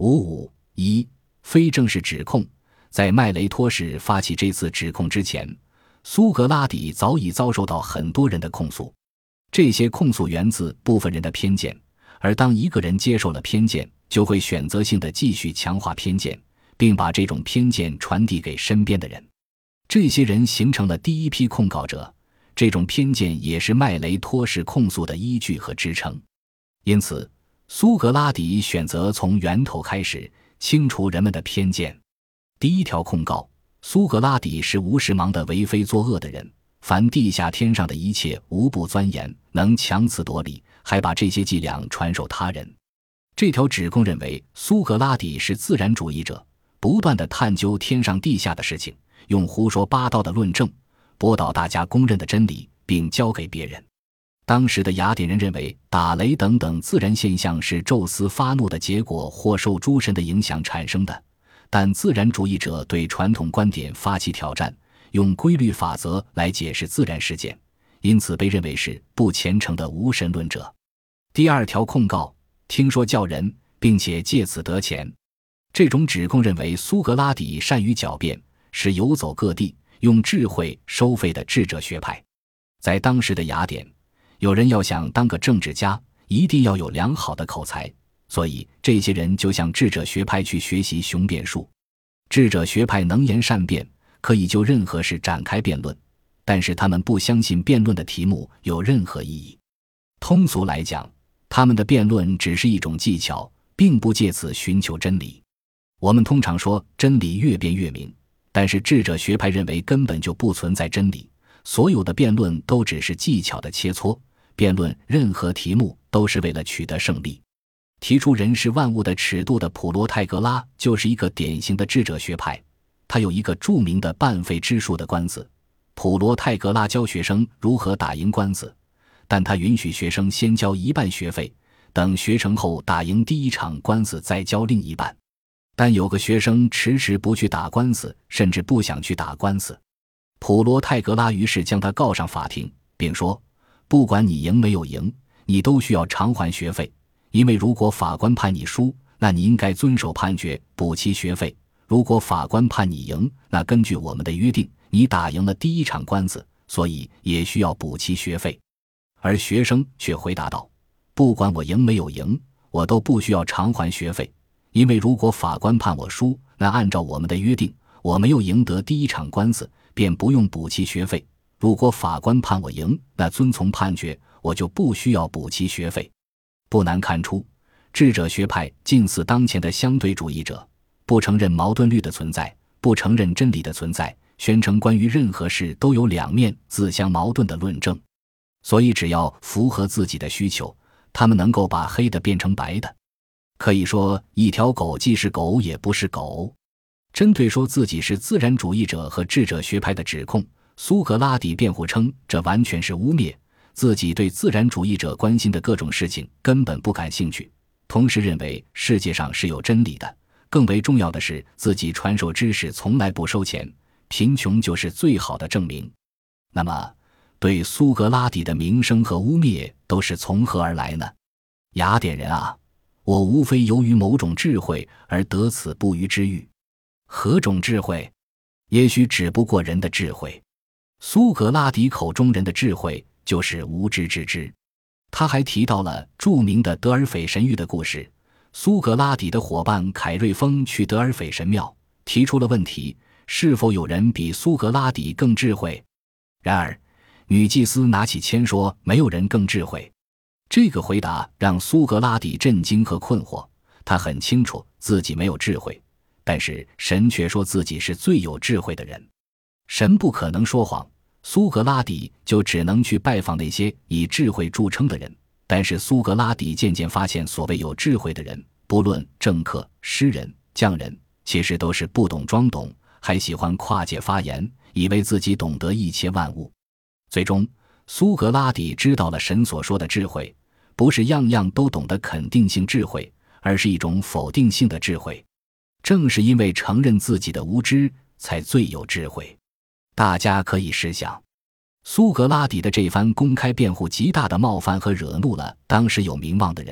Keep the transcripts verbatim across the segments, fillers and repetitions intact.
五五一非正式指控。在麦雷托式发起这次指控之前，苏格拉底早已遭受到很多人的控诉，这些控诉源自部分人的偏见，而当一个人接受了偏见，就会选择性地继续强化偏见，并把这种偏见传递给身边的人。这些人形成了第一批控告者，这种偏见也是麦雷托式控诉的依据和支撑。因此，苏格拉底选择从源头开始清除人们的偏见。第一条控告，苏格拉底是无时盲的为非作恶的人，凡地下天上的一切无不钻研，能强词夺理，还把这些伎俩传授他人。这条指控认为苏格拉底是自然主义者，不断地探究天上地下的事情，用胡说八道的论证驳倒大家公认的真理，并交给别人。当时的雅典人认为打雷等等自然现象是宙斯发怒的结果或受诸神的影响产生的，但自然主义者对传统观点发起挑战，用规律法则来解释自然事件，因此被认为是不虔诚的无神论者。第二条控告，听说教人，并且借此得钱。这种指控认为苏格拉底善于狡辩，是游走各地用智慧收费的智者学派。在当时的雅典，有人要想当个政治家，一定要有良好的口才，所以这些人就向智者学派去学习雄辩术。智者学派能言善辩，可以就任何事展开辩论，但是他们不相信辩论的题目有任何意义。通俗来讲，他们的辩论只是一种技巧，并不借此寻求真理。我们通常说真理越辩越明，但是智者学派认为根本就不存在真理，所有的辩论都只是技巧的切磋，辩论任何题目都是为了取得胜利。提出人是万物的尺度的普罗泰格拉就是一个典型的智者学派，他有一个著名的半废之术的官司。普罗泰格拉教学生如何打赢官司，但他允许学生先交一半学费，等学成后打赢第一场官司再交另一半。但有个学生迟迟不去打官司，甚至不想去打官司，普罗泰格拉于是将他告上法庭，并说不管你赢没有赢，你都需要偿还学费，因为如果法官判你输，那你应该遵守判决，补齐学费；如果法官判你赢，那根据我们的约定，你打赢了第一场官司，所以也需要补齐学费。而学生却回答道，不管我赢没有赢，我都不需要偿还学费，因为如果法官判我输，那按照我们的约定，我没有赢得第一场官司，便不用补齐学费；如果法官判我赢，那遵从判决，我就不需要补齐学费。不难看出，智者学派近似当前的相对主义者，不承认矛盾律的存在，不承认真理的存在，宣称关于任何事都有两面自相矛盾的论证。所以只要符合自己的需求，他们能够把黑的变成白的。可以说一条狗既是狗也不是狗。针对说自己是自然主义者和智者学派的指控，苏格拉底辩护称这完全是污蔑，自己对自然主义者关心的各种事情根本不感兴趣，同时认为世界上是有真理的，更为重要的是自己传授知识从来不收钱，贫穷就是最好的证明。那么对苏格拉底的名声和污蔑都是从何而来呢？雅典人啊，我无非由于某种智慧而得此不虞之欲。何种智慧？也许只不过人的智慧。苏格拉底口中人的智慧就是无知之知。他还提到了著名的德尔斐神谕的故事。苏格拉底的伙伴凯瑞丰去德尔斐神庙，提出了问题，是否有人比苏格拉底更智慧？然而女祭司拿起签说没有人更智慧。这个回答让苏格拉底震惊和困惑，他很清楚自己没有智慧，但是神却说自己是最有智慧的人。神不可能说谎，苏格拉底就只能去拜访那些以智慧著称的人。但是苏格拉底渐渐发现，所谓有智慧的人，不论政客、诗人、匠人，其实都是不懂装懂，还喜欢跨界发言，以为自己懂得一切万物。最终苏格拉底知道了神所说的智慧不是样样都懂得肯定性智慧，而是一种否定性的智慧。正是因为承认自己的无知，才最有智慧。大家可以试想，苏格拉底的这番公开辩护极大地冒犯和惹怒了当时有名望的人，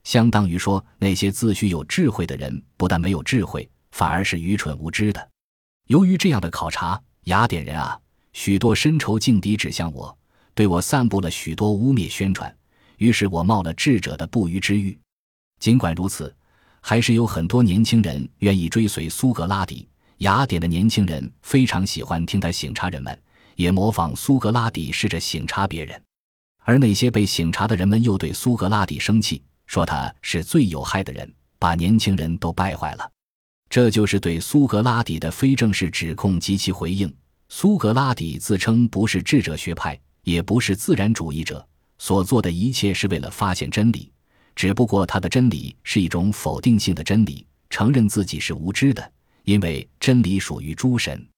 相当于说那些自诩有智慧的人不但没有智慧，反而是愚蠢无知的。由于这样的考察，雅典人啊，许多深仇劲敌指向我，对我散布了许多污蔑宣传，于是我冒了智者的不虞之欲。尽管如此，还是有很多年轻人愿意追随苏格拉底。雅典的年轻人非常喜欢听他省察人们，也模仿苏格拉底试着省察别人。而那些被省察的人们又对苏格拉底生气，说他是最有害的人，把年轻人都败坏了。这就是对苏格拉底的非正式指控及其回应。苏格拉底自称不是智者学派，也不是自然主义者，所做的一切是为了发现真理，只不过他的真理是一种否定性的真理，承认自己是无知的，因为真理属于诸神。